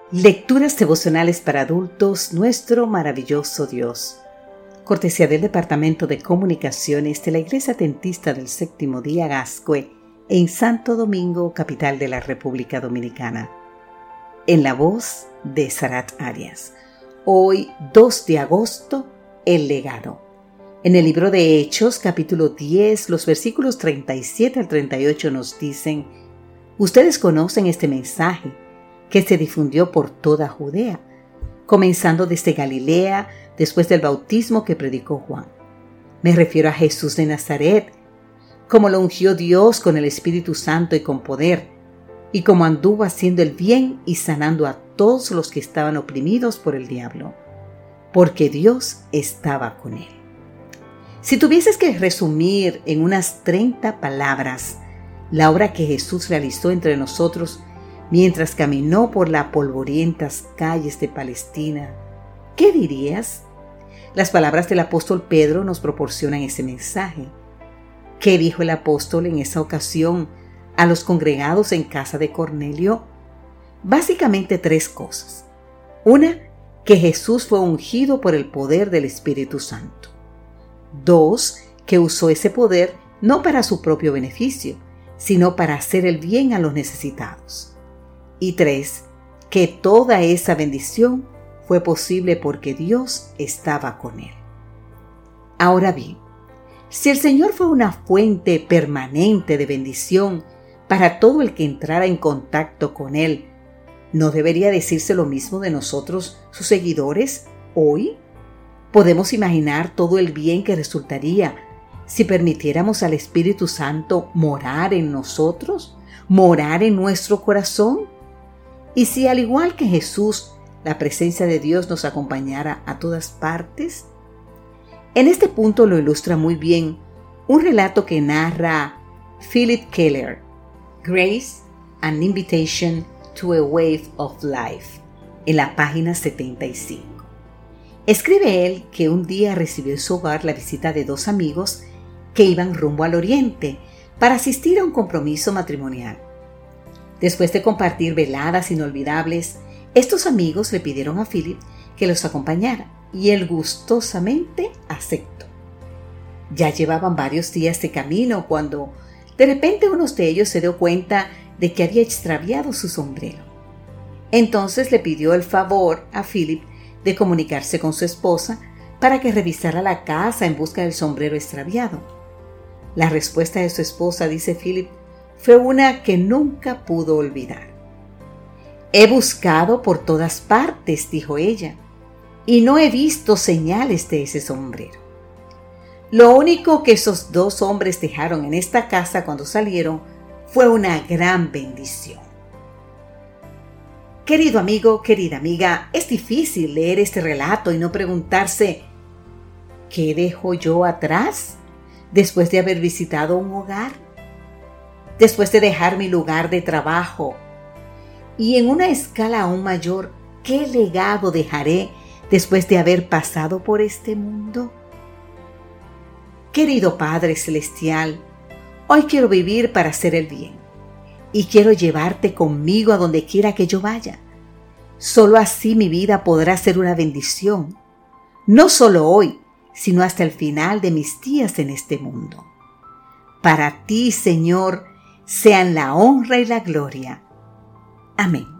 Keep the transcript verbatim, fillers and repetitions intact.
Lecturas devocionales para adultos, nuestro maravilloso Dios. Cortesía del Departamento de Comunicaciones de la Iglesia Adventista del Séptimo Día Gascue, en Santo Domingo, capital de la República Dominicana. En la voz de Sarat Arias. Hoy, dos de agosto, el legado. En el libro de Hechos, capítulo diez, los versículos treinta y siete al treinta y ocho nos dicen: ustedes conocen este mensaje que se difundió por toda Judea, comenzando desde Galilea, después del bautismo que predicó Juan. Me refiero a Jesús de Nazaret, como lo ungió Dios con el Espíritu Santo y con poder, y como anduvo haciendo el bien y sanando a todos los que estaban oprimidos por el diablo, porque Dios estaba con él. Si tuvieses que resumir en unas treinta palabras la obra que Jesús realizó entre nosotros mientras caminó por las polvorientas calles de Palestina, ¿qué dirías? Las palabras del apóstol Pedro nos proporcionan ese mensaje. ¿Qué dijo el apóstol en esa ocasión a los congregados en casa de Cornelio? Básicamente tres cosas. Una, que Jesús fue ungido por el poder del Espíritu Santo. Dos, que usó ese poder no para su propio beneficio, sino para hacer el bien a los necesitados. Y tres, que toda esa bendición fue posible porque Dios estaba con él. Ahora bien, si el Señor fue una fuente permanente de bendición para todo el que entrara en contacto con él, ¿no debería decirse lo mismo de nosotros, sus seguidores, hoy? ¿Podemos imaginar todo el bien que resultaría si permitiéramos al Espíritu Santo morar en nosotros, morar en nuestro corazón? Y si, al igual que Jesús, la presencia de Dios nos acompañara a todas partes. En este punto lo ilustra muy bien un relato que narra Philip Keller, Grace, An Invitation to a Wave of Life, en la página setenta y cinco. Escribe él que un día recibió en su hogar la visita de dos amigos que iban rumbo al oriente para asistir a un compromiso matrimonial. Después de compartir veladas inolvidables, estos amigos le pidieron a Philip que los acompañara y él gustosamente aceptó. Ya llevaban varios días de camino cuando de repente uno de ellos se dio cuenta de que había extraviado su sombrero. Entonces le pidió el favor a Philip de comunicarse con su esposa para que revisara la casa en busca del sombrero extraviado. La respuesta de su esposa, dice Philip, fue una que nunca pudo olvidar. He buscado por todas partes, dijo ella, y no he visto señales de ese sombrero. Lo único que esos dos hombres dejaron en esta casa cuando salieron fue una gran bendición. Querido amigo, querida amiga, es difícil leer este relato y no preguntarse, ¿qué dejo yo atrás después de haber visitado un hogar? Después de dejar mi lugar de trabajo. Y en una escala aún mayor, ¿qué legado dejaré después de haber pasado por este mundo? Querido Padre Celestial, hoy quiero vivir para hacer el bien. Y quiero llevarte conmigo a donde quiera que yo vaya. Solo así mi vida podrá ser una bendición. No solo hoy, sino hasta el final de mis días en este mundo. Para ti, Señor, sean la honra y la gloria. Amén.